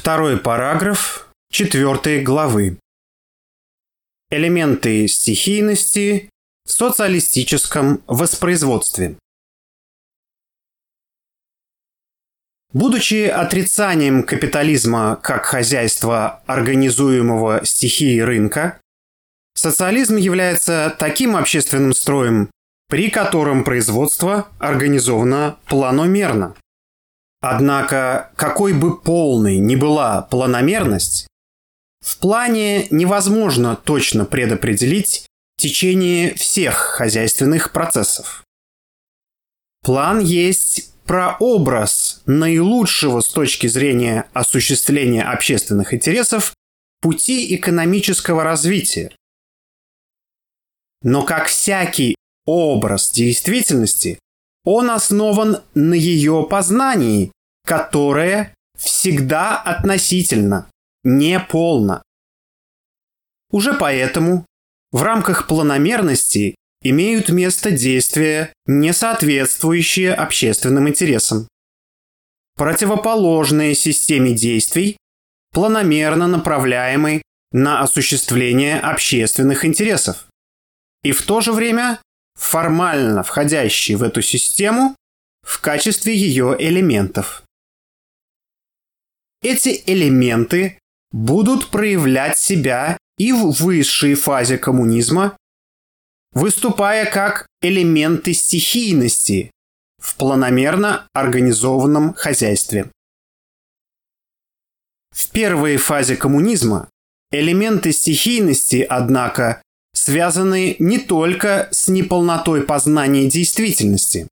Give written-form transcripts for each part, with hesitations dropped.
Второй параграф 4 главы. Элементы стихийности в социалистическом воспроизводстве. Будучи отрицанием капитализма как хозяйства, организуемого стихией рынка, социализм является таким общественным строем, при котором производство организовано планомерно. Однако, какой бы полной ни была планомерность, в плане невозможно точно предопределить течение всех хозяйственных процессов. План есть прообраз наилучшего с точки зрения осуществления общественных интересов пути экономического развития. Но как всякий образ действительности, он основан на ее познании, которое всегда относительно, неполно. Уже поэтому в рамках планомерности имеют место действия, не соответствующие общественным интересам. Противоположные системе действий, планомерно направляемой на осуществление общественных интересов, и в то же время формально входящие в эту систему в качестве ее элементов. Эти элементы будут проявлять себя и в высшей фазе коммунизма, выступая как элементы стихийности в планомерно организованном хозяйстве. В первой фазе коммунизма элементы стихийности, однако, связаны не только с неполнотой познания действительности.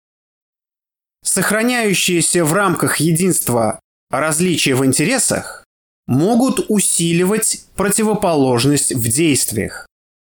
Сохраняющиеся в рамках единства различия в интересах могут усиливать противоположность в действиях.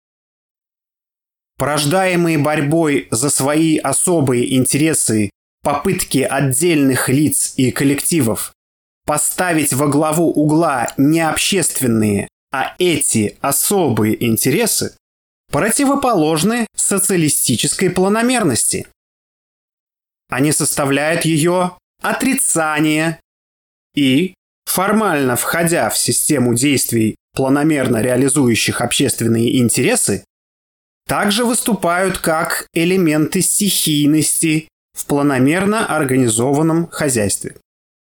Порождаемые борьбой за свои особые интересы попытки отдельных лиц и коллективов поставить во главу угла не общественные, а эти особые интересы противоположны социалистической планомерности. Они составляют ее отрицание и, формально входя в систему действий, планомерно реализующих общественные интересы, также выступают как элементы стихийности в планомерно организованном хозяйстве.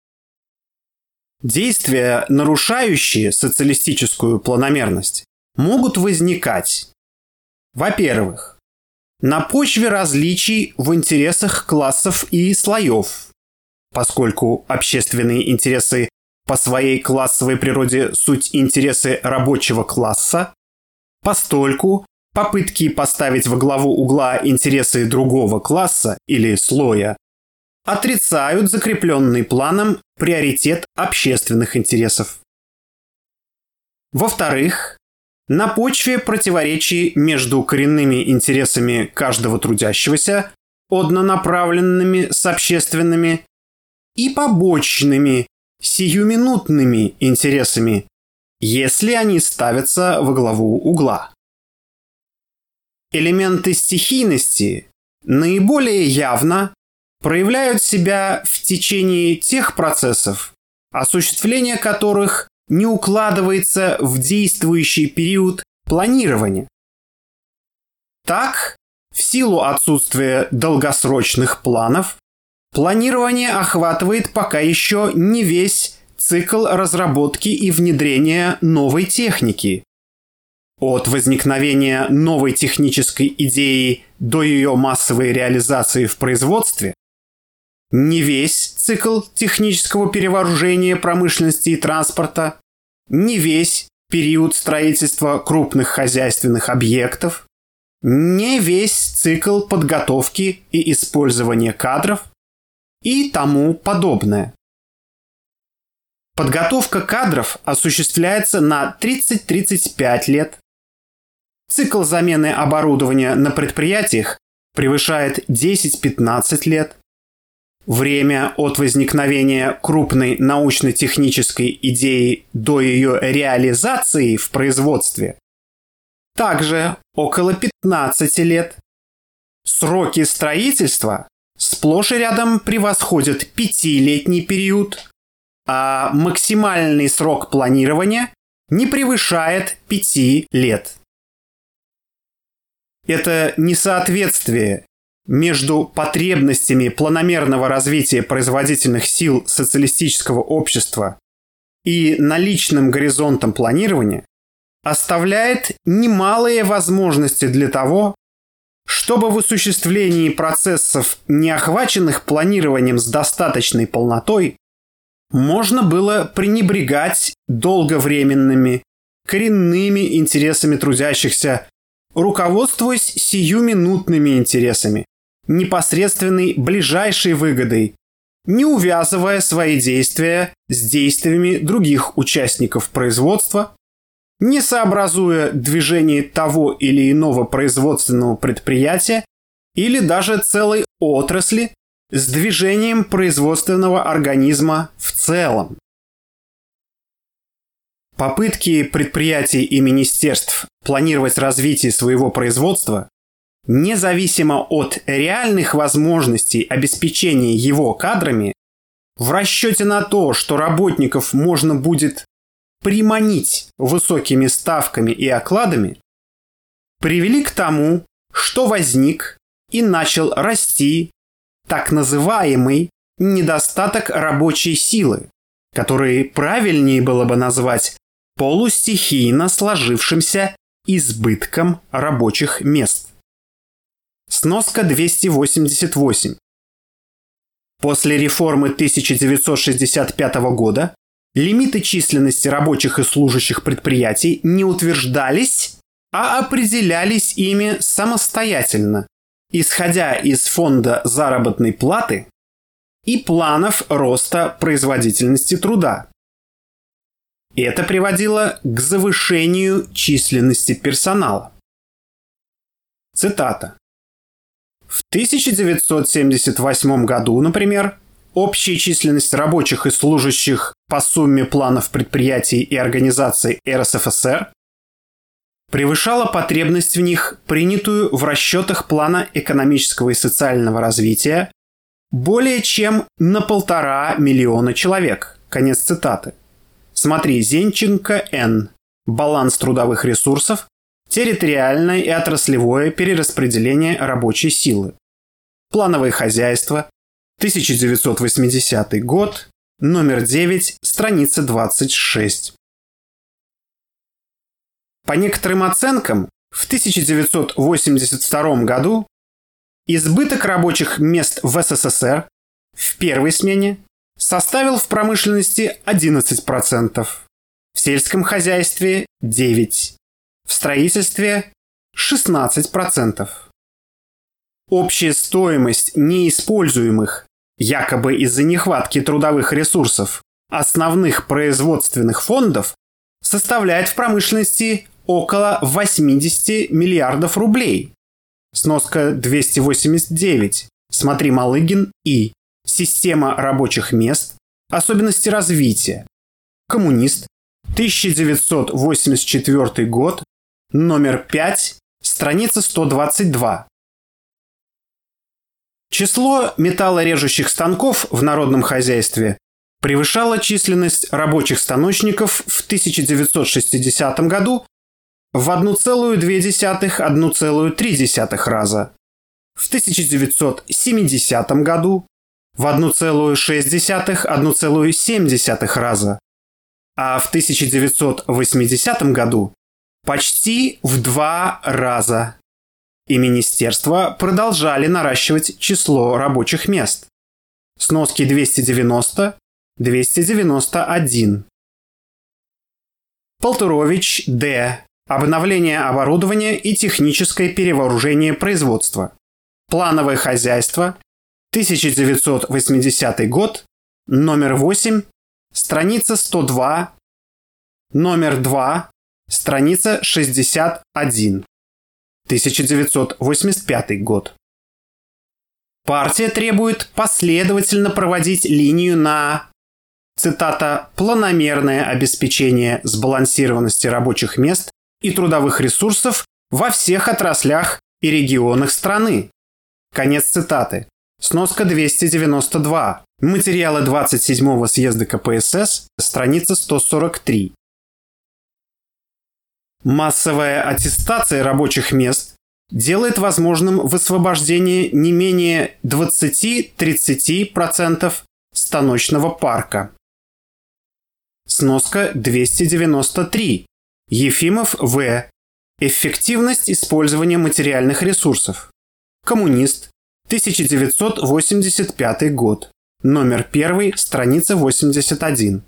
Действия, нарушающие социалистическую планомерность, могут возникать, во-первых, на почве различий в интересах классов и слоев, поскольку общественные интересы по своей классовой природе суть интересы рабочего класса, постольку попытки поставить во главу угла интересы другого класса или слоя отрицают закрепленный планом приоритет общественных интересов. Во-вторых, на почве противоречий между коренными интересами каждого трудящегося, однонаправленными с общественными, и побочными, сиюминутными интересами, если они ставятся во главу угла. Элементы стихийности наиболее явно проявляют себя в течение тех процессов, осуществление которых не укладывается в действующий период планирования. Так, в силу отсутствия долгосрочных планов, планирование охватывает пока еще не весь цикл разработки и внедрения новой техники. От возникновения новой технической идеи до ее массовой реализации в производстве, не весь цикл технического перевооружения промышленности и транспорта, не весь период строительства крупных хозяйственных объектов, не весь цикл подготовки и использования кадров и тому подобное. Подготовка кадров осуществляется на 30-35 лет. Цикл замены оборудования на предприятиях превышает 10-15 лет. Время от возникновения крупной научно-технической идеи до ее реализации в производстве также около 15 лет. Сроки строительства сплошь и рядом превосходят 5-летний период, а максимальный срок планирования не превышает 5 лет. Это несоответствие между потребностями планомерного развития производительных сил социалистического общества и наличным горизонтом планирования оставляет немалые возможности для того, чтобы в осуществлении процессов, не охваченных планированием с достаточной полнотой, можно было пренебрегать долговременными, коренными интересами трудящихся, руководствуясь сиюминутными интересами, непосредственной ближайшей выгодой, не увязывая свои действия с действиями других участников производства, не сообразуя движение того или иного производственного предприятия или даже целой отрасли с движением производственного организма в целом. Попытки предприятий и министерств планировать развитие своего производства, независимо от реальных возможностей обеспечения его кадрами, в расчете на то, что работников можно будет приманить высокими ставками и окладами, привели к тому, что возник и начал расти так называемый недостаток рабочей силы, который правильнее было бы назвать полустихийно сложившимся избытком рабочих мест. Сноска 288. После реформы 1965 года лимиты численности рабочих и служащих предприятий не утверждались, а определялись ими самостоятельно, исходя из фонда заработной платы и планов роста производительности труда. Это приводило к завышению численности персонала. Цитата. В 1978 году, например, общая численность рабочих и служащих по сумме планов предприятий и организаций РСФСР превышала потребность в них, принятую в расчетах плана экономического и социального развития, более чем на 1,5 миллиона человек. Конец цитаты. Смотри Зенченко Н. Баланс трудовых ресурсов, территориальное и отраслевое перераспределение рабочей силы. Плановое хозяйство, 1980 год, номер 9, страница 26. По некоторым оценкам, в 1982 году избыток рабочих мест в СССР в первой смене составил в промышленности 11%, в сельском хозяйстве 9%, в строительстве 16%. Общая стоимость неиспользуемых, якобы из-за нехватки трудовых ресурсов, основных производственных фондов составляет в промышленности около 80 миллиардов рублей. Сноска 289. Смотри Малыгин И. Система рабочих мест. Особенности развития. Коммунист. 1984 год. Номер 5. Страница 122. Число металлорежущих станков в народном хозяйстве превышало численность рабочих станочников в 1960 году в 1,2–1,3 раза, в 1970 году в 1,6–1,7 раза, а в 1980 году почти в 2 раза. И министерства продолжали наращивать число рабочих мест. Сноски 290-291. Полтурович Д. Обновление оборудования и техническое перевооружение производства. Плановое хозяйство. 1980 год. Номер 8. Страница 102. Номер 2. Страница 61. 1985 год. Партия требует последовательно проводить линию на, цитата, «планомерное обеспечение сбалансированности рабочих мест и трудовых ресурсов во всех отраслях и регионах страны». Конец цитаты. Сноска 292. Материалы 27-го съезда КПСС, страница 143. Массовая аттестация рабочих мест делает возможным высвобождение не менее 20-30% станочного парка. Сноска 293. Ефимов В. Эффективность использования материальных ресурсов. Коммунист. 1985 год. Номер 1, страница 81.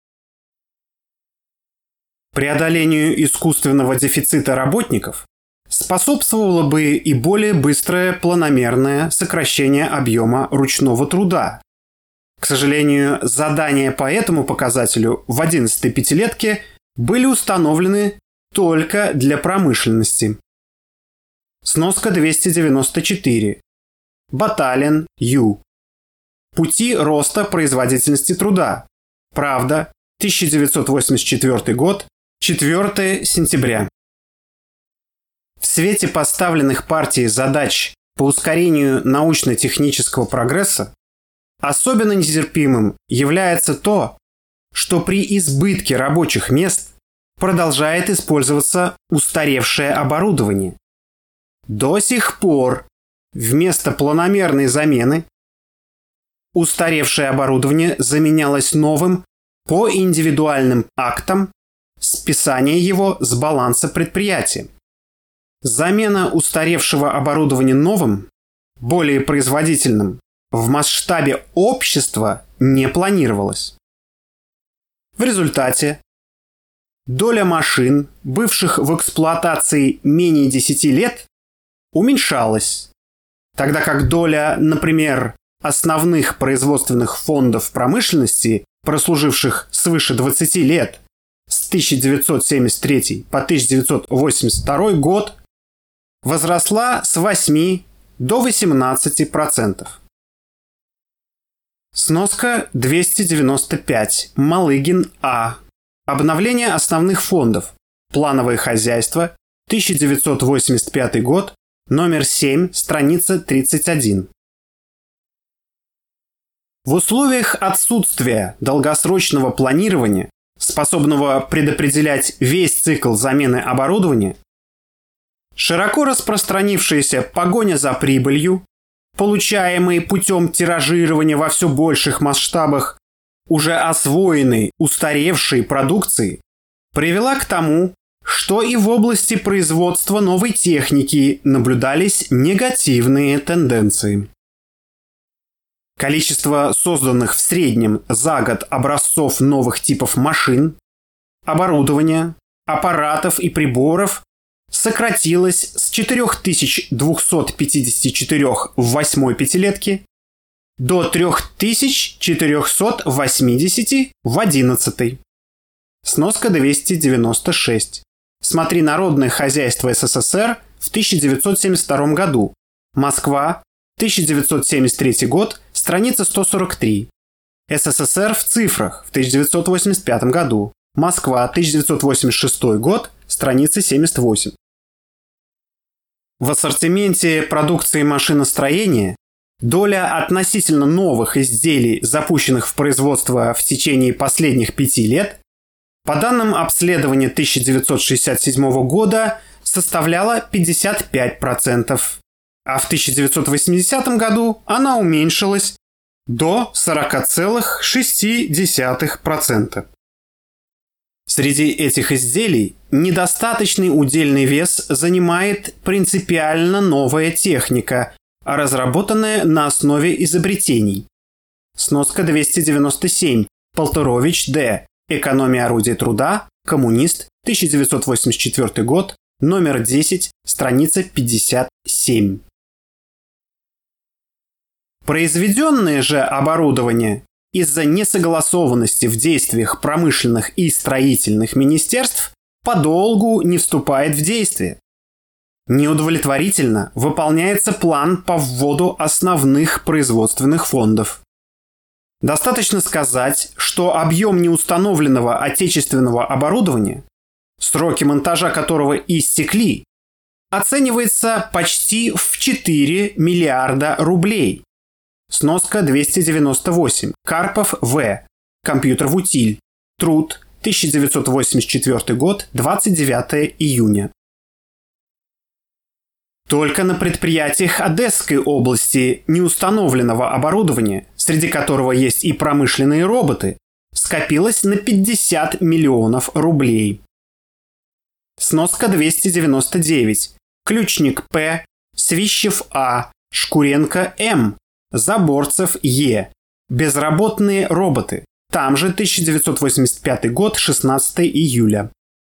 Преодолению искусственного дефицита работников способствовало бы и более быстрое планомерное сокращение объема ручного труда. К сожалению, задания по этому показателю в 11-й пятилетке были установлены только для промышленности. Сноска 294. Баталин Ю. Пути роста производительности труда. Правда. 1984 год. 4 сентября. В свете поставленных партией задач по ускорению научно-технического прогресса особенно нетерпимым является то, что при избытке рабочих мест продолжает использоваться устаревшее оборудование. До сих пор вместо планомерной замены устаревшее оборудование заменялось новым по индивидуальным актам списания его с баланса предприятия. Замена устаревшего оборудования новым, более производительным, в масштабе общества не планировалась. В результате доля машин, бывших в эксплуатации менее 10 лет, уменьшалась, тогда как доля, например, основных производственных фондов промышленности, прослуживших свыше 20 лет с 1973 по 1982 год, возросла с 8 до 18%. Сноска 295. Малыгин А. Обновление основных фондов. Плановое хозяйство. 1985 год. Номер 7. Страница 31. В условиях отсутствия долгосрочного планирования, способного предопределять весь цикл замены оборудования, широко распространившаяся погоня за прибылью, получаемые путем тиражирования во все больших масштабах уже освоенной, устаревшей продукции, привела к тому, что и в области производства новой техники наблюдались негативные тенденции. Количество созданных в среднем за год образцов новых типов машин, оборудования, аппаратов и приборов сократилось с 4254 в 8-й пятилетке до 3480 в 11-й. Сноска 296. Смотри «Народное хозяйство СССР» в 1972 году. Москва, 1973 год, страница 143. СССР в цифрах в 1985 году. Москва, 1986 год, страница 78. В ассортименте продукции машиностроения доля относительно новых изделий, запущенных в производство в течение последних 5 лет, по данным обследования 1967 года составляла 55%, а в 1980 году она уменьшилась до 40,6%. Среди этих изделий недостаточный удельный вес занимает принципиально новая техника, разработанная на основе изобретений. Сноска 297. Полторович Д. Экономия орудий труда. Коммунист. 1984 год. Номер 10. Страница 57. Произведенное же оборудование из-за несогласованности в действиях промышленных и строительных министерств подолгу не вступает в действие. Неудовлетворительно выполняется план по вводу основных производственных фондов. Достаточно сказать, что объем неустановленного отечественного оборудования, сроки монтажа которого истекли, оценивается почти в 4 миллиарда рублей. Сноска 298. Карпов В. Компьютер в утиль. Труд. 1984 год. 29 июня. Только на предприятиях Одесской области неустановленного оборудования, среди которого есть и промышленные роботы, скопилось на 50 миллионов рублей. Сноска 299. Ключник П. Свищев А. Шкуренко М. Заборцев Е. Безработные роботы. Там же 1985 год, 16 июля.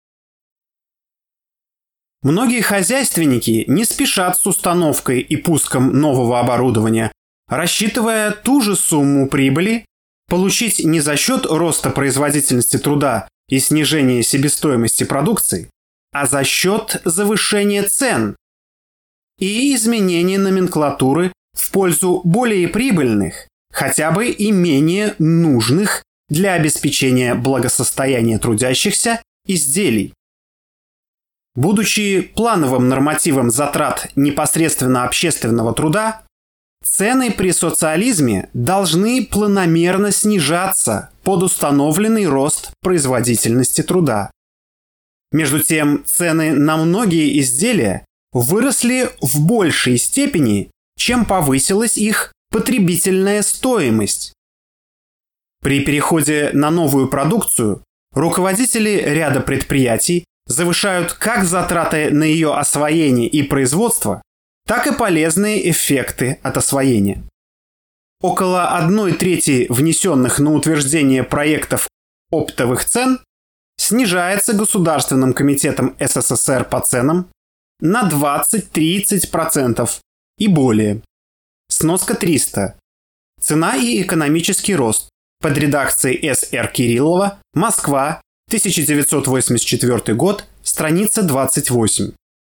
Многие хозяйственники не спешат с установкой и пуском нового оборудования, рассчитывая ту же сумму прибыли получить не за счет роста производительности труда и снижения себестоимости продукции, а за счет завышения цен и изменения номенклатуры в пользу более прибыльных, хотя бы и менее нужных для обеспечения благосостояния трудящихся изделий. Будучи плановым нормативом затрат непосредственно общественного труда, цены при социализме должны планомерно снижаться под установленный рост производительности труда. Между тем, цены на многие изделия выросли в большей степени, чем повысилась их потребительная стоимость. При переходе на новую продукцию руководители ряда предприятий завышают как затраты на ее освоение и производство, так и полезные эффекты от освоения. Около 1/3 внесенных на утверждение проектов оптовых цен снижается Государственным комитетом СССР по ценам на 20-30% и более. Сноска 300. Цена и экономический рост. Под редакцией С.Р. Кириллова. Москва. 1984 год. Страница 28.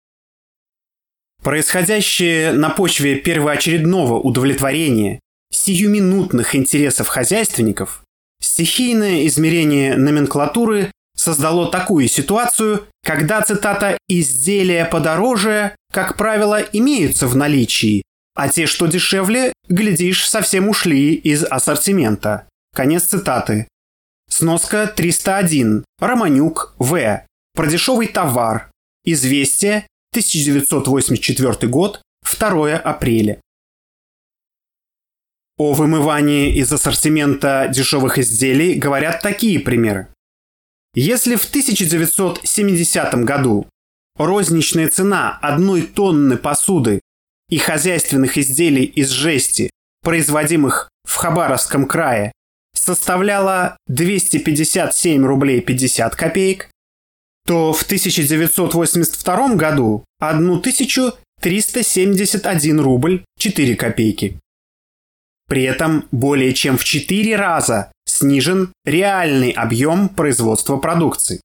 Происходящее на почве первоочередного удовлетворения сиюминутных интересов хозяйственников, стихийное измерение номенклатуры создало такую ситуацию, когда, цитата, «изделия подороже, как правило, имеются в наличии, а те, что дешевле, глядишь, совсем ушли из ассортимента». Конец цитаты. Сноска 301. Романюк В. Про дешевый товар. Известия. 1984 год. 2 апреля. О вымывании из ассортимента дешевых изделий говорят такие примеры. Если в 1970 году розничная цена 1 тонны посуды и хозяйственных изделий из жести, производимых в Хабаровском крае, составляла 257 рублей 50 копеек, то в 1982 году 1371 рубль 4 копейки. При этом более чем в 4 раза снижен реальный объем производства продукции.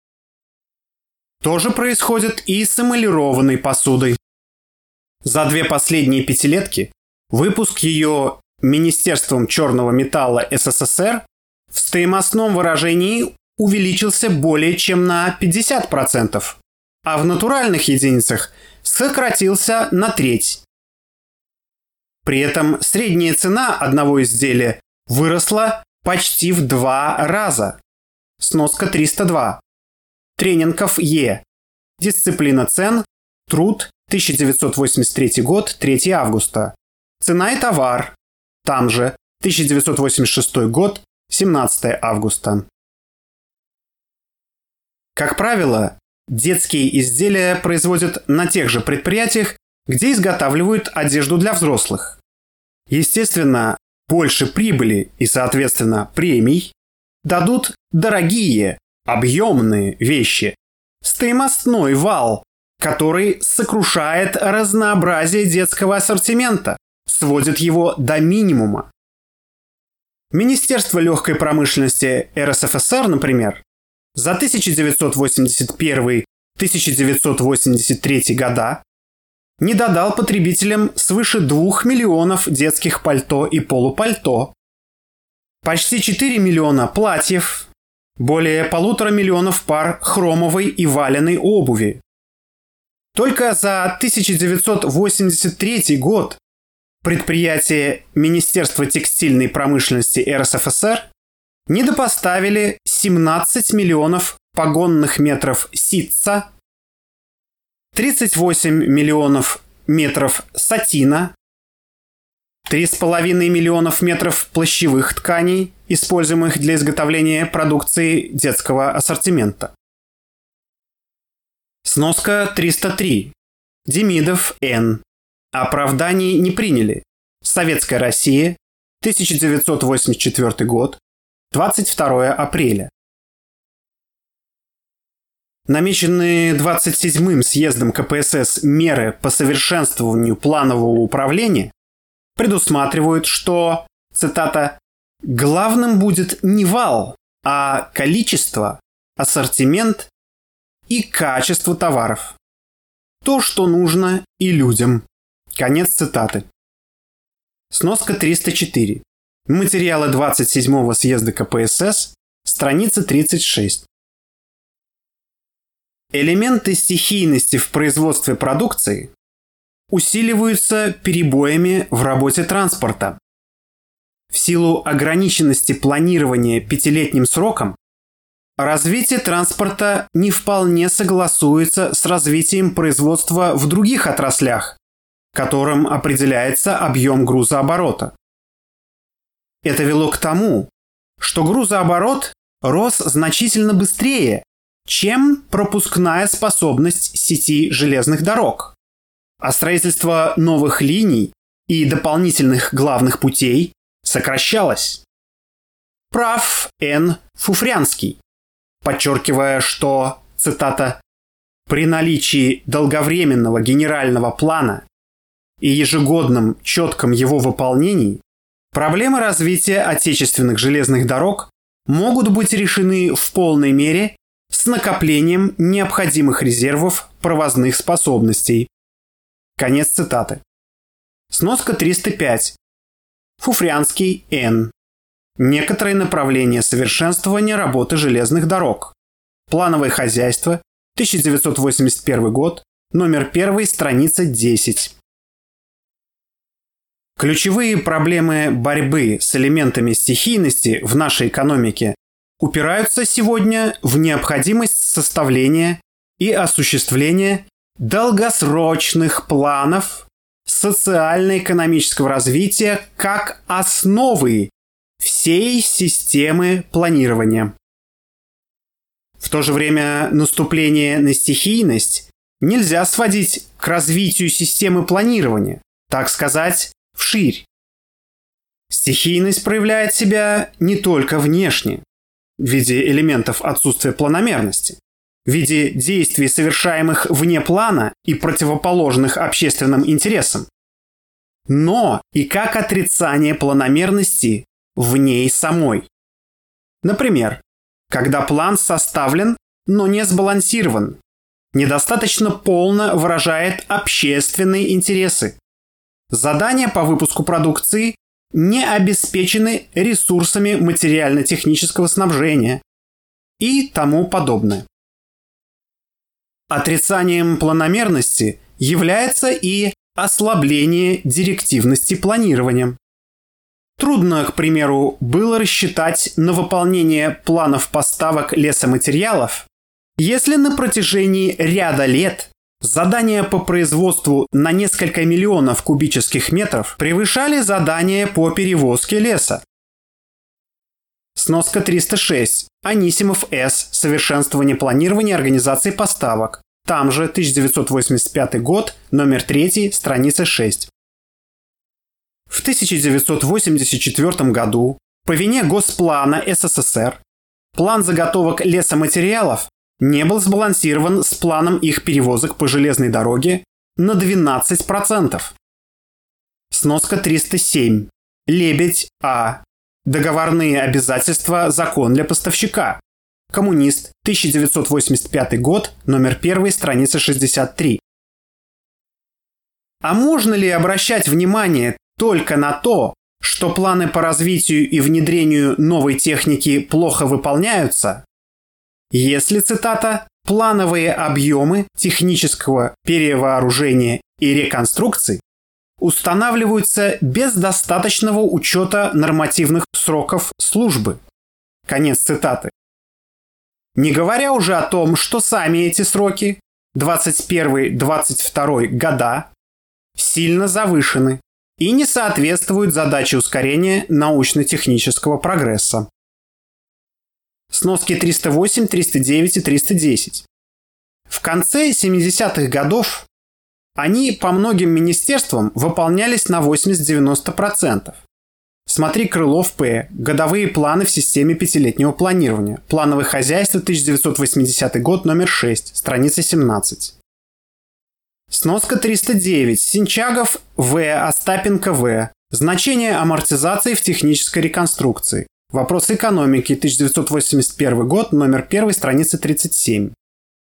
То же происходит и с эмалированной посудой. За 2 последние пятилетки выпуск ее Министерством черного металла СССР в стоимостном выражении увеличился более чем на 50%, а в натуральных единицах сократился на треть. При этом средняя цена одного изделия выросла почти в 2 раза. Сноска 302. Тренинков Е. Дисциплина цен. Труд. 1983 год. 3 августа. Цена и товар. Там же. 1986 год. 17 августа. Как правило, детские изделия производят на тех же предприятиях, где изготавливают одежду для взрослых. Естественно, больше прибыли и, соответственно, премий дадут дорогие, объемные вещи. Стоимостной вал, который сокрушает разнообразие детского ассортимента, сводит его до минимума. Министерство легкой промышленности РСФСР, например, за 1981-1983 года не додал потребителям свыше 2 миллионов детских пальто и полупальто, почти 4 миллиона платьев, более 1,5 миллиона пар хромовой и валеной обуви. Только за 1983 год Предприятия Министерства текстильной промышленности РСФСР недопоставили 17 миллионов погонных метров ситца, 38 миллионов метров сатина, 3,5 миллионов метров плащевых тканей, используемых для изготовления продукции детского ассортимента. Сноска 303. Демидов, Н. Оправданий не приняли. Советская Россия, 1984 год, 22 апреля. Намеченные 27-м съездом КПСС меры по совершенствованию планового управления предусматривают, что, цитата, «главным будет не вал, а количество, ассортимент и качество товаров. То, что нужно и людям». Конец цитаты. Сноска 304. Материалы 27-го съезда КПСС, страница 36. Элементы стихийности в производстве продукции усиливаются перебоями в работе транспорта. В силу ограниченности планирования пятилетним сроком, развитие транспорта не вполне согласуется с развитием производства в других отраслях, которым определяется объем грузооборота. Это вело к тому, что грузооборот рос значительно быстрее, чем пропускная способность сети железных дорог, а строительство новых линий и дополнительных главных путей сокращалось. Прав Н. Фуфрянский, подчеркивая, что, цитата, «при наличии долговременного генерального плана и ежегодном четком его выполнении проблемы развития отечественных железных дорог могут быть решены в полной мере с накоплением необходимых резервов провозных способностей». Конец цитаты. Сноска 305. Фуфрянский, Н. Некоторые направления совершенствования работы железных дорог. Плановое хозяйство, 1981 год, номер 1, страница 10. Ключевые проблемы борьбы с элементами стихийности в нашей экономике упираются сегодня в необходимость составления и осуществления долгосрочных планов социально-экономического развития как основы всей системы планирования. В то же время наступление на стихийность нельзя сводить к развитию системы планирования, так сказать, вширь. Стихийность проявляет себя не только внешне, в виде элементов отсутствия планомерности, в виде действий, совершаемых вне плана и противоположных общественным интересам, но и как отрицание планомерности в ней самой. Например, когда план составлен, но не сбалансирован, недостаточно полно выражает общественные интересы, задания по выпуску продукции не обеспечены ресурсами материально-технического снабжения и тому подобное. Отрицанием планомерности является и ослабление директивности планирования. Трудно, к примеру, было рассчитать на выполнение планов поставок лесоматериалов, если на протяжении ряда лет задания по производству на несколько миллионов кубических метров превышали задания по перевозке леса. Сноска 306. Анисимов С. Совершенствование планирования и организации поставок. Там же 1985 год, номер 3, страница 6. В 1984 году по вине Госплана СССР план заготовок лесоматериалов не был сбалансирован с планом их перевозок по железной дороге на 12%. Сноска 307. Лебедь А. Договорные обязательства. Закон для поставщика. Коммунист. 1985 год. Номер 1. Страница 63. А можно ли обращать внимание только на то, что планы по развитию и внедрению новой техники плохо выполняются, если, цитата, «плановые объемы технического перевооружения и реконструкции устанавливаются без достаточного учета нормативных сроков службы. Конец цитаты. Не говоря уже о том, что сами эти сроки, 21-22 года, сильно завышены и не соответствуют задаче ускорения научно-технического прогресса. Сноски 308, 309 и 310. В конце 70-х годов они по многим министерствам выполнялись на 80-90%. Смотри Крылов П. Годовые планы в системе пятилетнего планирования. Плановое хозяйство, 1980 год, номер 6, страница 17. Сноска 309. Синчагов В. Остапенко В. Значение амортизации в технической реконструкции. Вопросы экономики, 1981 год, номер 1, страница 37.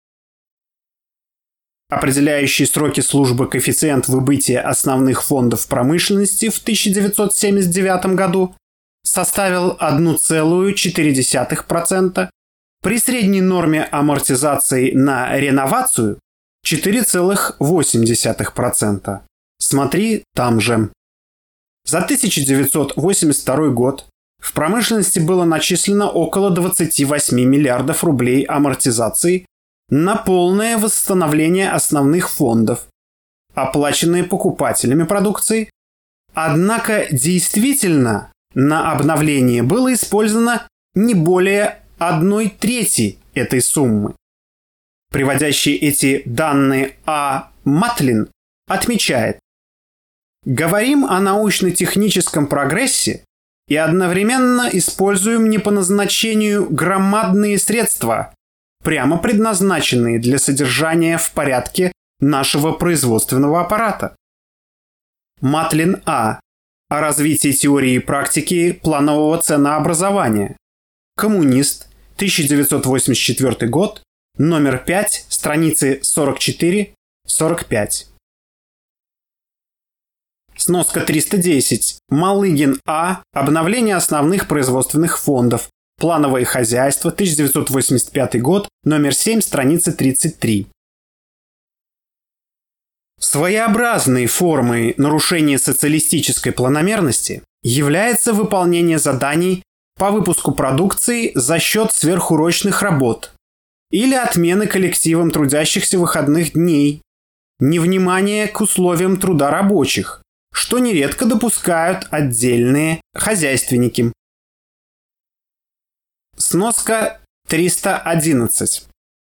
Определяющий сроки службы коэффициент выбытия основных фондов промышленности в 1979 году составил 1,4%, при средней норме амортизации на реновацию 4,8%. Смотри там же. За 1982 год в промышленности было начислено около 28 миллиардов рублей амортизации на полное восстановление основных фондов, оплаченные покупателями продукции. Однако действительно на обновление было использовано не более 1/3 этой суммы. Приводящий эти данные А. Матлин отмечает: «Говорим о научно-техническом прогрессе и одновременно используем не по назначению громадные средства, прямо предназначенные для содержания в порядке нашего производственного аппарата». Матлин А. О развитии теории и практики планового ценообразования. Коммунист, 1984 год, номер 5, страницы 44-45. Сноска 310. Малыгин А. Обновление основных производственных фондов. Плановое хозяйство, 1985 год, номер 7, страница 33. Своеобразной формой нарушения социалистической планомерности является выполнение заданий по выпуску продукции за счет сверхурочных работ или отмены коллективом трудящихся выходных дней, невнимание к условиям труда рабочих, что нередко допускают отдельные хозяйственники. Сноска 311.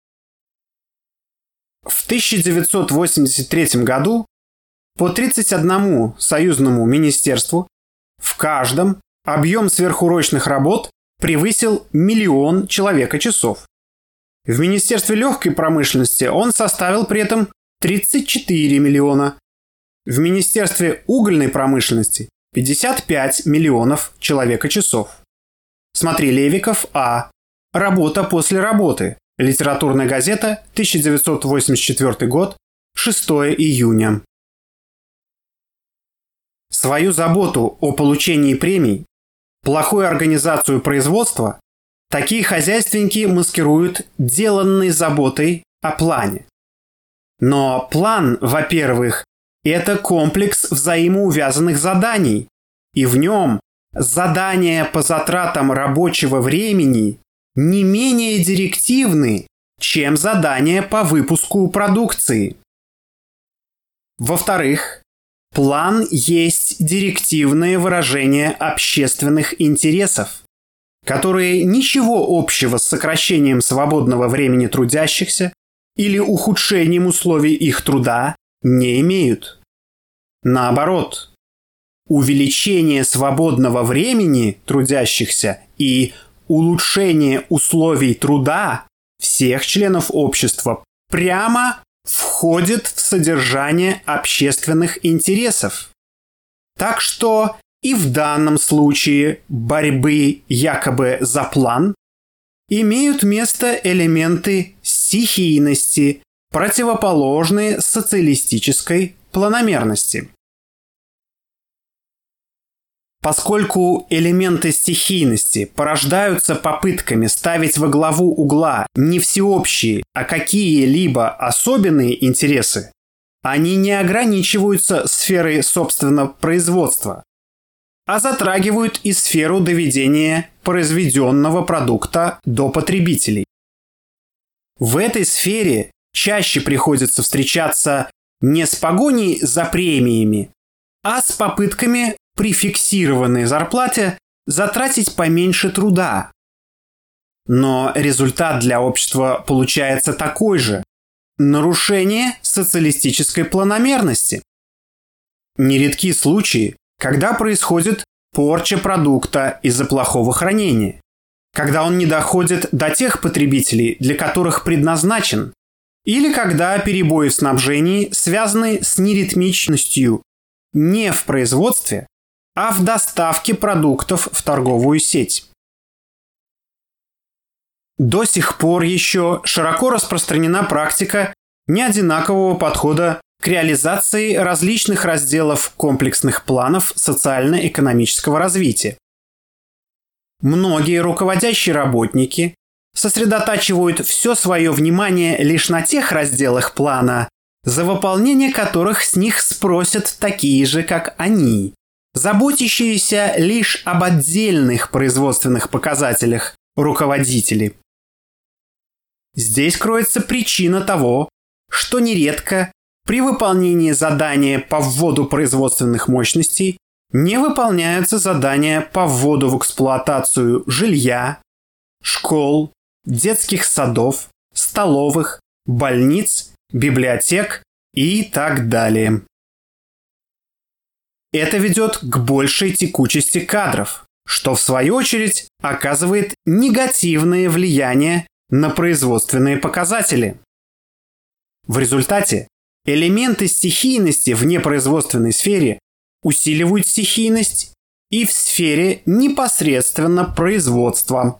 В 1983 году по 31 союзному министерству в каждом объем сверхурочных работ превысил 1 миллион человека-часов. В Министерстве легкой промышленности он составил при этом 34 миллиона. В Министерстве угольной промышленности 55 миллионов человека-часов. Смотри Левиков А. Работа после работы. Литературная газета, 1984 год, 6 июня. Свою заботу о получении премий, плохую организацию производства такие хозяйственники маскируют деланной заботой о плане. Но план, во-первых, это комплекс взаимоувязанных заданий, и в нем задания по затратам рабочего времени не менее директивны, чем задания по выпуску продукции. Во-вторых, план есть директивное выражение общественных интересов, которые ничего общего с сокращением свободного времени трудящихся или ухудшением условий их труда не имеют. Наоборот, увеличение свободного времени трудящихся и улучшение условий труда всех членов общества прямо входит в содержание общественных интересов. Так что и в данном случае борьбы якобы за план имеют место элементы стихийности, противоположные социалистической планомерности. Поскольку элементы стихийности порождаются попытками ставить во главу угла не всеобщие, а какие-либо особенные интересы, они не ограничиваются сферой собственного производства, а затрагивают и сферу доведения произведенного продукта до потребителей. В этой сфере чаще приходится встречаться не с погоней за премиями, а с попытками при фиксированной зарплате затратить поменьше труда. Но результат для общества получается такой же – нарушение социалистической планомерности. Нередки случаи, когда происходит порча продукта из-за плохого хранения, когда он не доходит до тех потребителей, для которых предназначен, или когда перебои в снабжении связаны с неритмичностью не в производстве, а в доставке продуктов в торговую сеть. До сих пор еще широко распространена практика неодинакового подхода к реализации различных разделов комплексных планов социально-экономического развития. Многие руководящие работники сосредотачивают все свое внимание лишь на тех разделах плана, за выполнение которых с них спросят такие же, как они, заботящиеся лишь об отдельных производственных показателях руководители. Здесь кроется причина того, что нередко при выполнении задания по вводу производственных мощностей не выполняются задания по вводу в эксплуатацию жилья, школ, детских садов, столовых, больниц, библиотек и так далее. Это ведет к большей текучести кадров, что в свою очередь оказывает негативное влияние на производственные показатели. В результате элементы стихийности в непроизводственной сфере усиливают стихийность и в сфере непосредственно производства.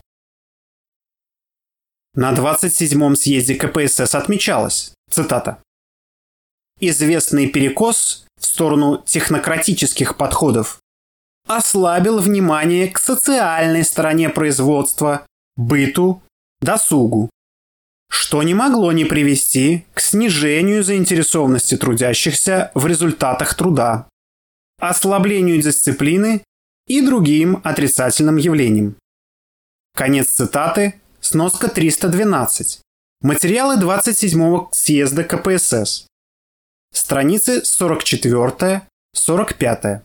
На 27-м съезде КПСС отмечалось, цитата, «Известный перекос в сторону технократических подходов ослабил внимание к социальной стороне производства, быту, досугу, что не могло не привести к снижению заинтересованности трудящихся в результатах труда, ослаблению дисциплины и другим отрицательным явлениям». Конец цитаты, сноска 312. Материалы 27-го съезда КПСС. Страницы 44-45.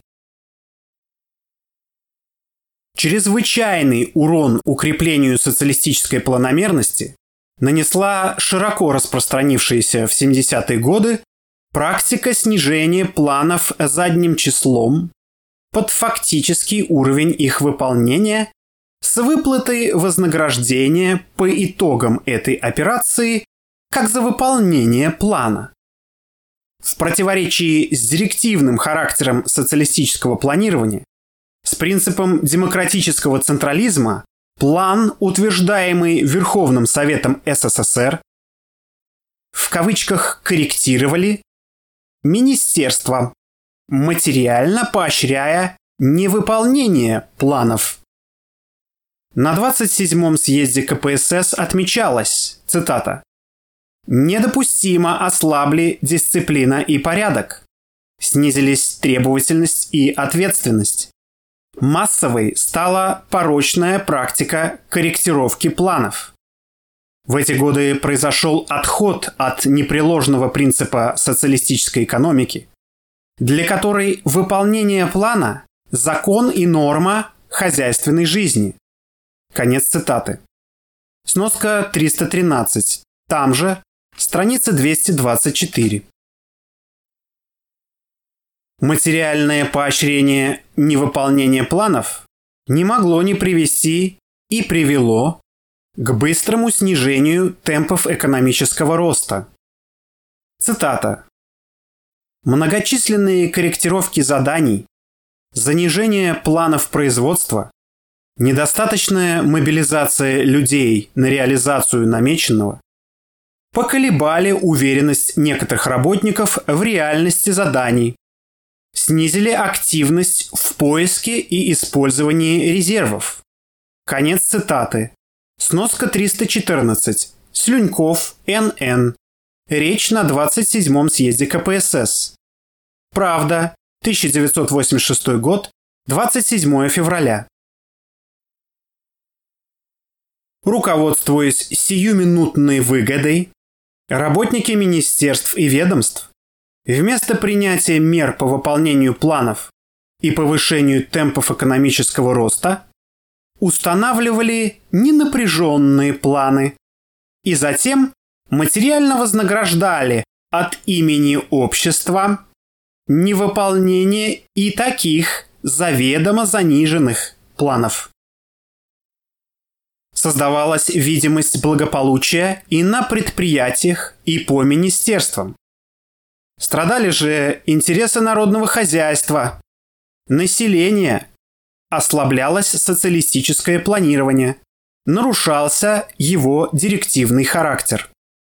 Чрезвычайный урон укреплению социалистической планомерности нанесла широко распространившаяся в 70-е годы практика снижения планов задним числом под фактический уровень их выполнения с выплатой вознаграждения по итогам этой операции как за выполнение плана. В противоречии с директивным характером социалистического планирования, с принципом демократического централизма, план, утверждаемый Верховным Советом СССР, в кавычках корректировали министерства, материально поощряя невыполнение планов. На 27-м съезде КПСС отмечалось, цитата, «Недопустимо ослабли дисциплина и порядок, снизились требовательность и ответственность. Массовой стала порочная практика корректировки планов. В эти годы произошел отход от непреложного принципа социалистической экономики, для которой выполнение плана – закон и норма хозяйственной жизни». Конец цитаты. Сноска 313. Там же, страница 224. Материальное поощрение невыполнения планов не могло не привести и привело к быстрому снижению темпов экономического роста. Цитата. «Многочисленные корректировки заданий, занижение планов производства, недостаточная мобилизация людей на реализацию намеченного поколебали уверенность некоторых работников в реальности заданий, снизили активность в поиске и использовании резервов». Конец цитаты. Сноска 314. Слюньков, Н.Н. Речь на 27-м съезде КПСС. Правда. 1986 год. 27 февраля. Руководствуясь сиюминутной выгодой, работники министерств и ведомств вместо принятия мер по выполнению планов и повышению темпов экономического роста устанавливали ненапряженные планы и затем материально вознаграждали от имени общества невыполнение и таких заведомо заниженных планов. Создавалась видимость благополучия и на предприятиях, и по министерствам. Страдали же интересы народного хозяйства, населения, ослаблялось социалистическое планирование, нарушался его директивный характер.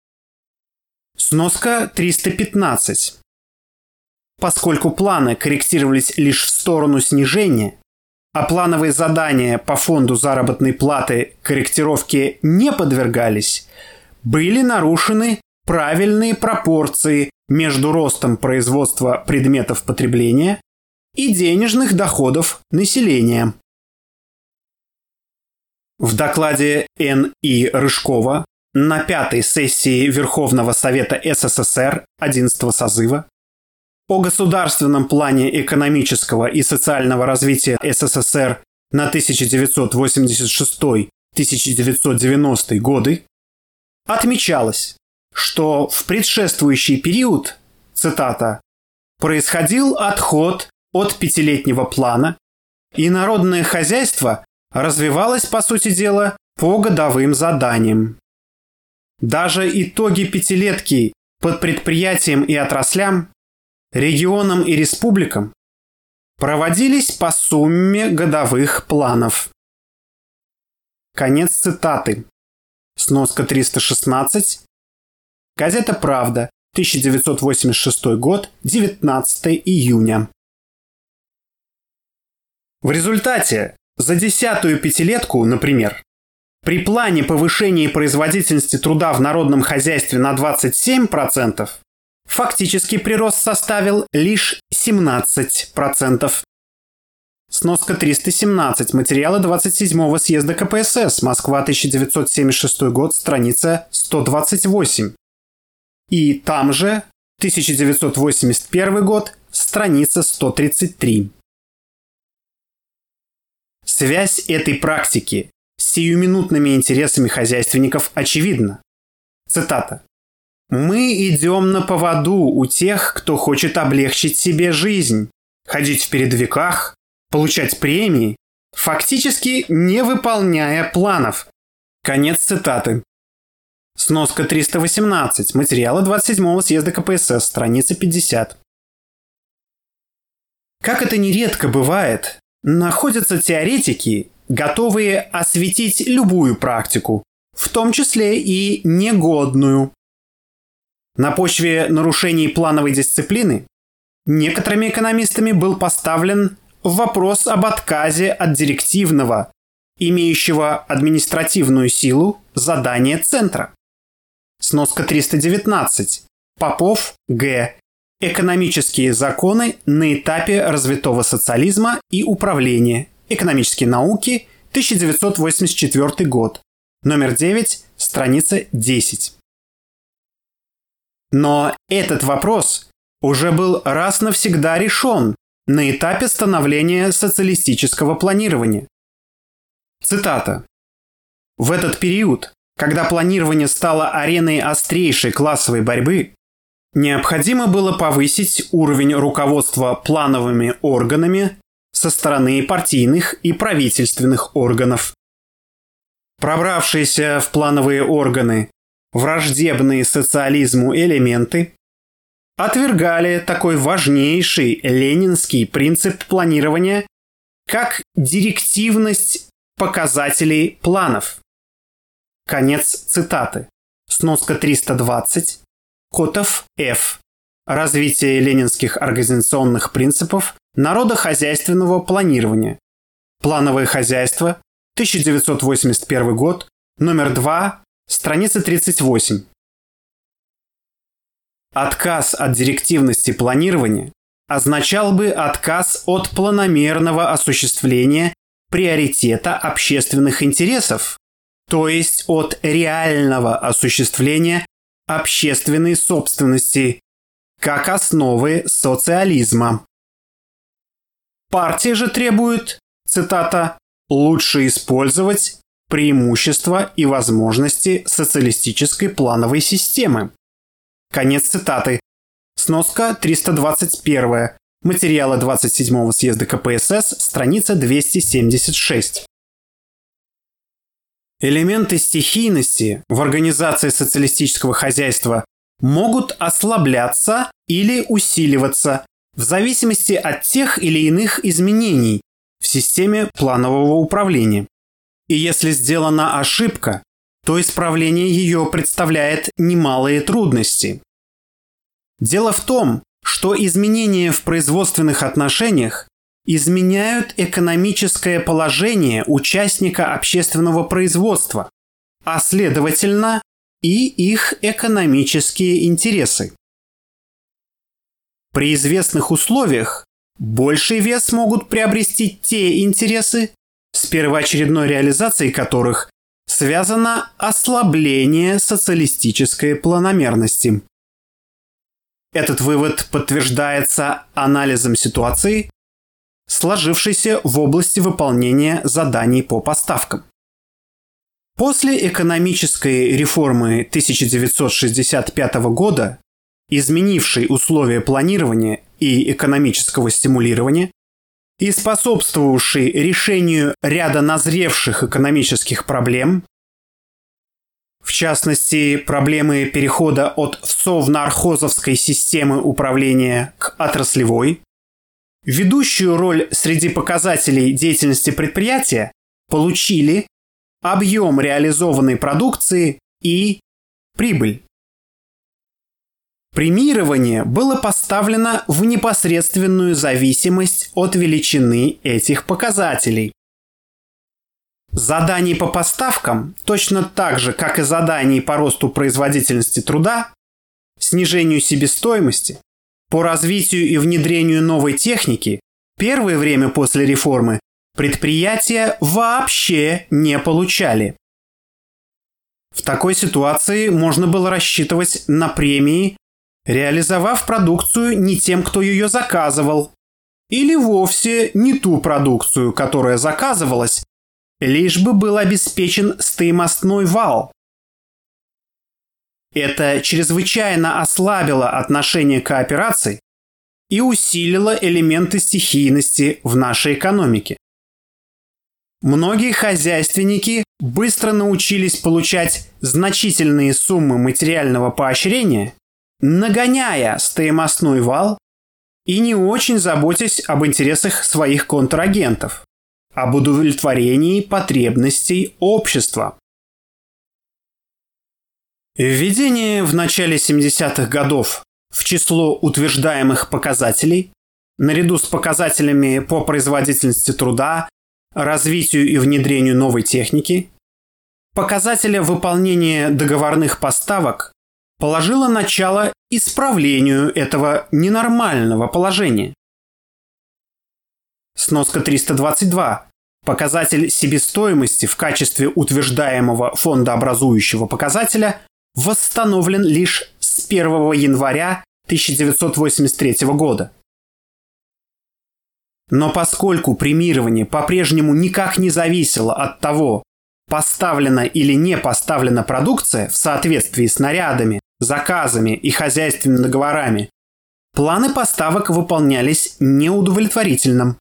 Сноска 315. Поскольку планы корректировались лишь в сторону снижения, а плановые задания по фонду заработной платы корректировке не подвергались, были нарушены правильные пропорции между ростом производства предметов потребления и денежных доходов населения. В докладе Н.И. Рыжкова на 5-й сессии Верховного Совета СССР 11-го созыва о государственном плане экономического и социального развития СССР на 1986-1990 годы отмечалось, что в предшествующий период, цитата, происходил отход от пятилетнего плана, и народное хозяйство развивалось, по сути дела, по годовым заданиям. Даже итоги пятилетки под предприятиям и отраслям, регионам и республикам проводились по сумме годовых планов. Конец цитаты. Сноска 316. Газета «Правда», 1986 год, 19 июня. В результате за 10-ю пятилетку, например, при плане повышения производительности труда в народном хозяйстве на 27%, фактический прирост составил лишь 17%. Сноска 317. Материалы 27-го съезда КПСС. Москва, 1976 год, страница 128. И там же, 1981 год, страница 133. Связь этой практики с сиюминутными интересами хозяйственников очевидна. Цитата. «Мы идем на поводу у тех, кто хочет облегчить себе жизнь, ходить в передовиках, получать премии, фактически не выполняя планов». Конец цитаты. Сноска 318. Материалы 27-го съезда КПСС. Страница 50. Как это нередко бывает, находятся теоретики, готовые осветить любую практику, в том числе и негодную. На почве нарушений плановой дисциплины некоторыми экономистами был поставлен вопрос об отказе от директивного, имеющего административную силу, задания Центра. Сноска 319. Попов, Г. Экономические законы на этапе развитого социализма и управления. Экономические науки, 1984 год. Номер 9, страница 10. Но этот вопрос уже был раз навсегда решен на этапе становления социалистического планирования. Цитата. «В этот период, когда планирование стало ареной острейшей классовой борьбы, необходимо было повысить уровень руководства плановыми органами со стороны партийных и правительственных органов. Пробравшиеся в плановые органы враждебные социализму элементы отвергали такой важнейший ленинский принцип планирования, как директивность показателей планов». Конец цитаты. Сноска 320. Котов, Ф. Развитие ленинских организационных принципов народохозяйственного планирования. Плановое хозяйство. 1981 год. Номер 2. Страница 38. Отказ от директивности планирования означал бы отказ от планомерного осуществления приоритета общественных интересов, то есть от реального осуществления общественной собственности как основы социализма. Партия же требует, цитата, «лучше использовать преимущества и возможности социалистической плановой системы». Конец цитаты. Сноска 321. Материалы 27-го съезда КПСС, страница 276. Элементы стихийности в организации социалистического хозяйства могут ослабляться или усиливаться в зависимости от тех или иных изменений в системе планового управления. И если сделана ошибка, то исправление ее представляет немалые трудности. Дело в том, что изменения в производственных отношениях изменяют экономическое положение участника общественного производства, а следовательно и их экономические интересы. При известных условиях больший вес могут приобрести те интересы, с первоочередной реализацией которых связано ослабление социалистической планомерности. Этот вывод подтверждается анализом ситуации, сложившейся в области выполнения заданий по поставкам. После экономической реформы 1965 года, изменившей условия планирования и экономического стимулирования и способствовавшей решению ряда назревших экономических проблем, в частности, проблемы перехода от совнархозовской системы управления к отраслевой, ведущую роль среди показателей деятельности предприятия получили объем реализованной продукции и прибыль. Премирование было поставлено в непосредственную зависимость от величины этих показателей. Заданий по поставкам, точно так же, как и заданий по росту производительности труда, снижению себестоимости, по развитию и внедрению новой техники, первое время после реформы предприятия вообще не получали. В такой ситуации можно было рассчитывать на премии, реализовав продукцию не тем, кто ее заказывал, или вовсе не ту продукцию, которая заказывалась, лишь бы был обеспечен стоимостной вал. Это чрезвычайно ослабило отношение коопераций и усилило элементы стихийности в нашей экономике. Многие хозяйственники быстро научились получать значительные суммы материального поощрения, нагоняя стоимостной вал и не очень заботясь об интересах своих контрагентов, об удовлетворении потребностей общества. Введение в начале 70-х годов в число утверждаемых показателей, наряду с показателями по производительности труда, развитию и внедрению новой техники, показателя выполнения договорных поставок положило начало исправлению этого ненормального положения. Сноска 322. Показатель себестоимости в качестве утверждаемого фондообразующего показателя восстановлен лишь с 1 января 1983 года. Но поскольку премирование по-прежнему никак не зависело от того, поставлена или не поставлена продукция в соответствии с нарядами, заказами и хозяйственными договорами, планы поставок выполнялись неудовлетворительным.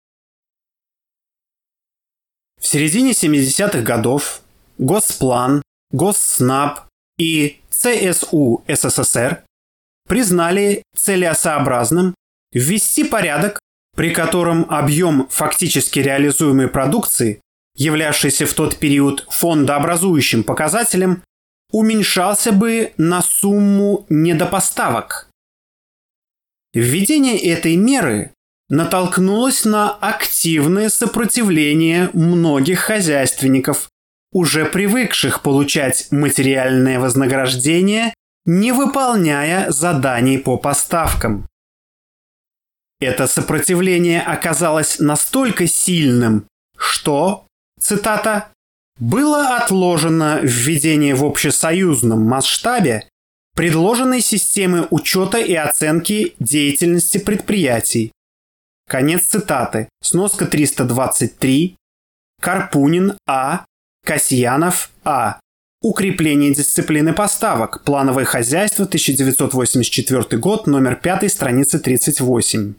В середине 70-х годов Госплан, Госснаб и ЦСУ СССР признали целесообразным ввести порядок, при котором объем фактически реализуемой продукции, являвшийся в тот период фондообразующим показателем, уменьшался бы на сумму недопоставок. Введение этой меры натолкнулось на активное сопротивление многих хозяйственников, уже привыкших получать материальное вознаграждение не выполняя заданий по поставкам. Это сопротивление оказалось настолько сильным, что, цитата, «было отложено введение в общесоюзном масштабе предложенной системы учета и оценки деятельности предприятий». Конец цитаты. Сноска 323. Карпунин А. Касьянов А. Укрепление дисциплины поставок. Плановое хозяйство, 1984 год, номер 5, страница 38.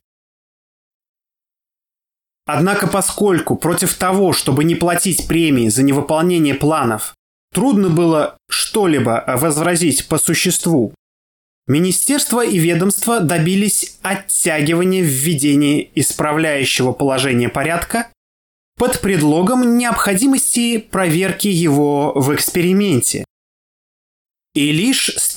Однако, поскольку против того, чтобы не платить премии за невыполнение планов, трудно было что-либо возразить по существу, министерства и ведомства добились оттягивания введения исправляющего положения порядка под предлогом необходимости проверки его в эксперименте. И лишь с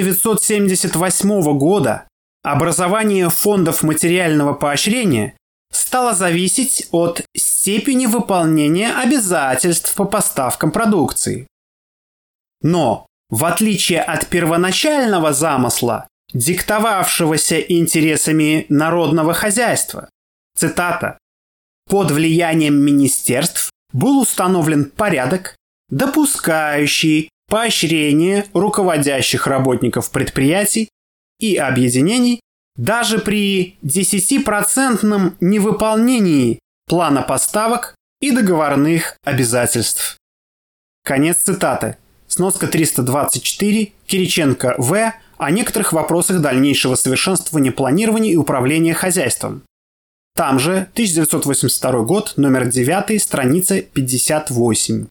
1978 года образование фондов материального поощрения стало зависеть от степени выполнения обязательств по поставкам продукции. Но, в отличие от первоначального замысла, диктовавшегося интересами народного хозяйства, цитата, «под влиянием министерств был установлен порядок, допускающий поощрение руководящих работников предприятий и объединений даже при 10% невыполнении плана поставок и договорных обязательств». Конец цитаты. Сноска 324. Кириченко В. О некоторых вопросах дальнейшего совершенствования планирования и управления хозяйством. Там же, 1982 год, номер 9, страница 58.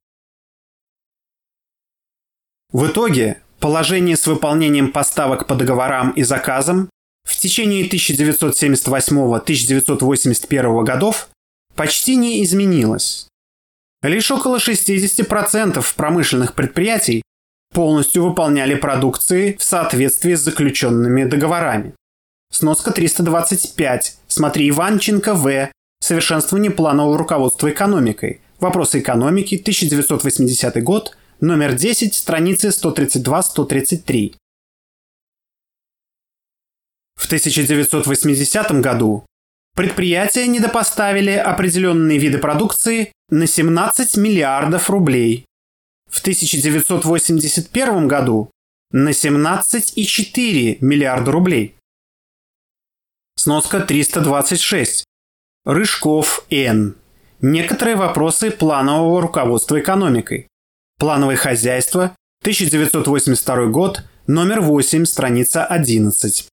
В итоге, положение с выполнением поставок по договорам и заказам в течение 1978-1981 годов почти не изменилось. Лишь около 60% промышленных предприятий полностью выполняли продукции в соответствии с заключенными договорами. Сноска 325. Смотри Иванченко В. Совершенствование планового руководства экономикой. Вопросы экономики. 1980 год. Номер 10. Страницы 132-133. В 1980 году предприятия недопоставили определенные виды продукции на 17 миллиардов рублей. В 1981 году на 17,4 миллиарда рублей. Сноска 326. Рыжков Н. Некоторые вопросы планового руководства экономикой. Плановое хозяйство, 1982 год, номер 8, страница 11.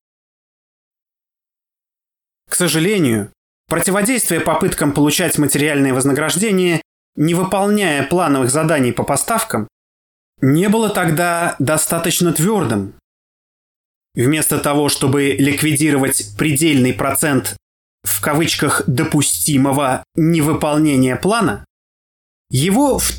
К сожалению, противодействие попыткам получать материальные вознаграждения, не выполняя плановых заданий по поставкам, не было тогда достаточно твердым. Вместо того, чтобы ликвидировать предельный процент в кавычках «допустимого невыполнения плана», его в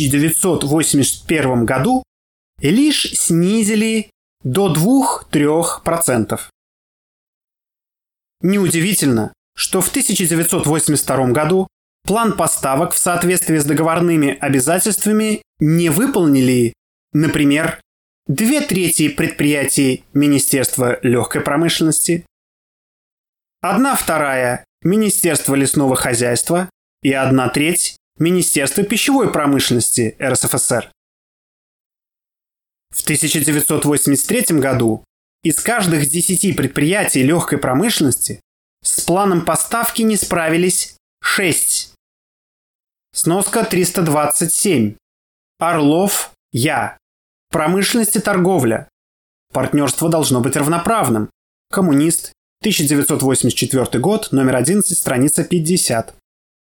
1981 году лишь снизили до 2-3%. Неудивительно, что в 1982 году план поставок в соответствии с договорными обязательствами не выполнили, например, 2/3 предприятий Министерства легкой промышленности, 1/2 Министерства лесного хозяйства и 1/3 Министерства пищевой промышленности РСФСР. В 1983 году из каждых 10 предприятий легкой промышленности с планом поставки не справились 6. Сноска 327. Орлов Я. Промышленность и торговля. Партнерство должно быть равноправным. Коммунист. 1984 год, номер 11, страница 50.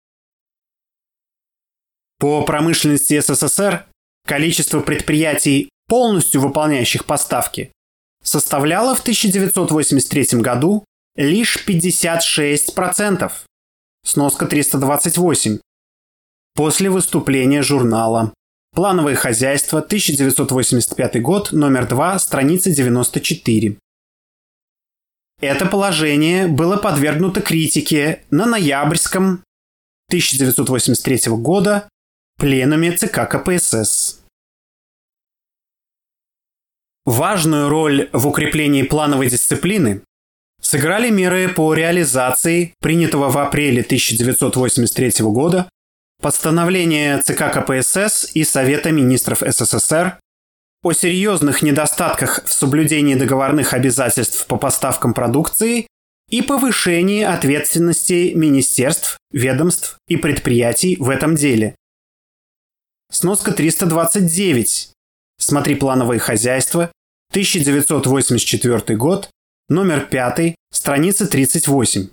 По промышленности СССР количество предприятий, полностью выполняющих поставки, составляло в 1983 году лишь 56%. Сноска 328. После выступления журнала «Плановое хозяйство», 1985 год, номер 2, страница 94. Это положение было подвергнуто критике на ноябрьском 1983 года пленуме ЦК КПСС. Важную роль в укреплении плановой дисциплины сыграли меры по реализации принятого в апреле 1983 года постановления ЦК КПСС и Совета министров СССР о серьезных недостатках в соблюдении договорных обязательств по поставкам продукции и повышении ответственности министерств, ведомств и предприятий в этом деле. Сноска 329. Смотри «Плановое хозяйство», 1984 год, номер 5, страница 38.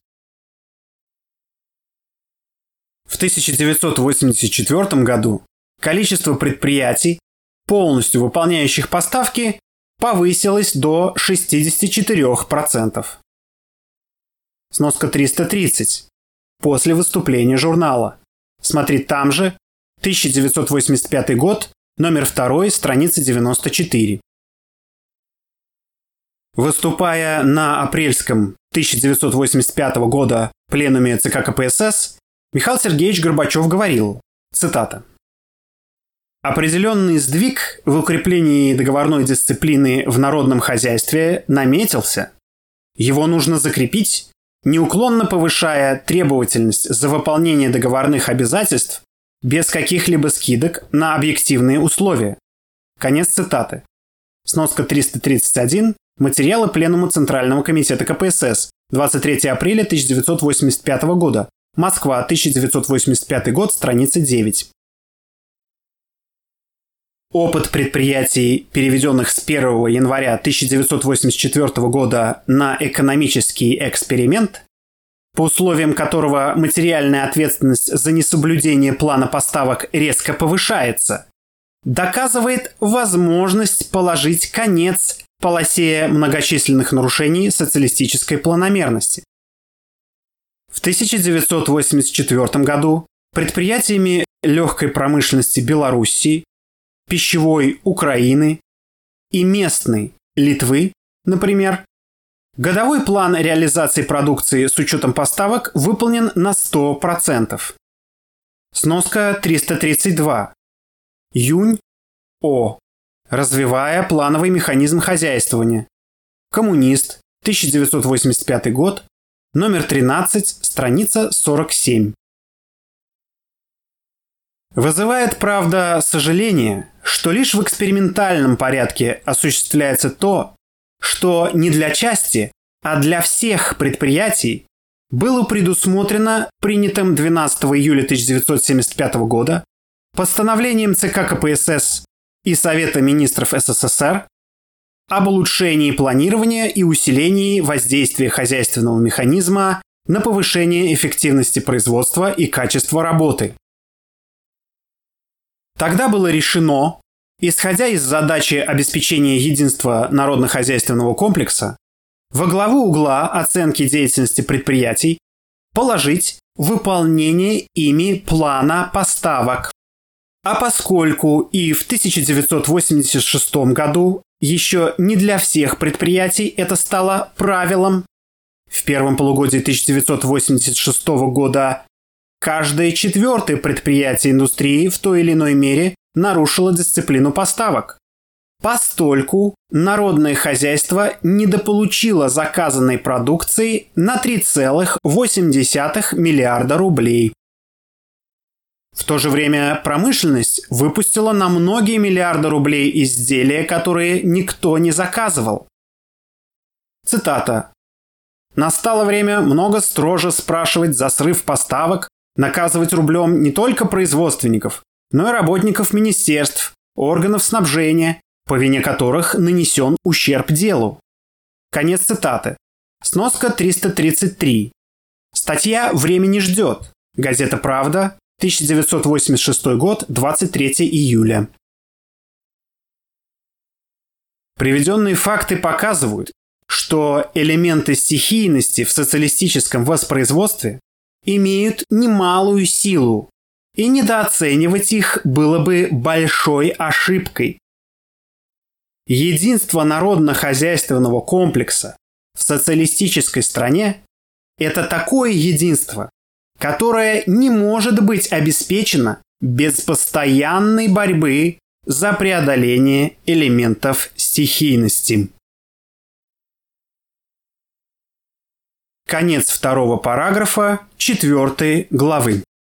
В 1984 году количество предприятий, полностью выполняющих поставки, повысилось до 64%. Сноска 330. После выступления журнала. Смотри там же, 1985 год, номер 2, страница 94. Выступая на апрельском 1985 года пленуме ЦК КПСС, Михаил Сергеевич Горбачев говорил, цитата: «Определенный сдвиг в укреплении договорной дисциплины в народном хозяйстве наметился. Его нужно закрепить, неуклонно повышая требовательность за выполнение договорных обязательств без каких-либо скидок на объективные условия». Конец цитаты. Сноска 331. Материалы Пленума Центрального комитета КПСС. 23 апреля 1985 года. Москва, 1985 год, страница 9. Опыт предприятий, переведенных с 1 января 1984 года на экономический эксперимент, по условиям которого материальная ответственность за несоблюдение плана поставок резко повышается, доказывает возможность положить конец полосе многочисленных нарушений социалистической планомерности. В 1984 году предприятиями легкой промышленности Белоруссии, пищевой Украины и местной Литвы, например, годовой план реализации продукции с учетом поставок выполнен на 100%. Сноска 332. Юнь О. Развивая плановый механизм хозяйствования. Коммунист. 1985 год. Номер 13. Страница 47. Вызывает, правда, сожаление, что лишь в экспериментальном порядке осуществляется то, что не для части, а для всех предприятий было предусмотрено принятым 12 июля 1975 года постановлением ЦК КПСС и Совета министров СССР об улучшении планирования и усилении воздействия хозяйственного механизма на повышение эффективности производства и качества работы. Тогда было решено, исходя из задачи обеспечения единства народно-хозяйственного комплекса, во главу угла оценки деятельности предприятий положить выполнение ими плана поставок. А поскольку и в 1986 году еще не для всех предприятий это стало правилом, в первом полугодии 1986 года каждое четвертое предприятие индустрии в той или иной мере нарушило дисциплину поставок, постольку народное хозяйство недополучило заказанной продукции на 3,8 миллиарда рублей. В то же время промышленность выпустила на многие миллиарды рублей изделия, которые никто не заказывал. Цитата. «Настало время много строже спрашивать за срыв поставок, наказывать рублем не только производственников, но и работников министерств, органов снабжения, по вине которых нанесен ущерб делу». Конец цитаты. Сноска 333. Статья «Время не ждет». Газета «Правда», 1986 год, 23 июля. Приведенные факты показывают, что элементы стихийности в социалистическом воспроизводстве имеют немалую силу, и недооценивать их было бы большой ошибкой. Единство народно-хозяйственного комплекса в социалистической стране – это такое единство, которое не может быть обеспечено без постоянной борьбы за преодоление элементов стихийности. Конец 2 параграфа 4 главы.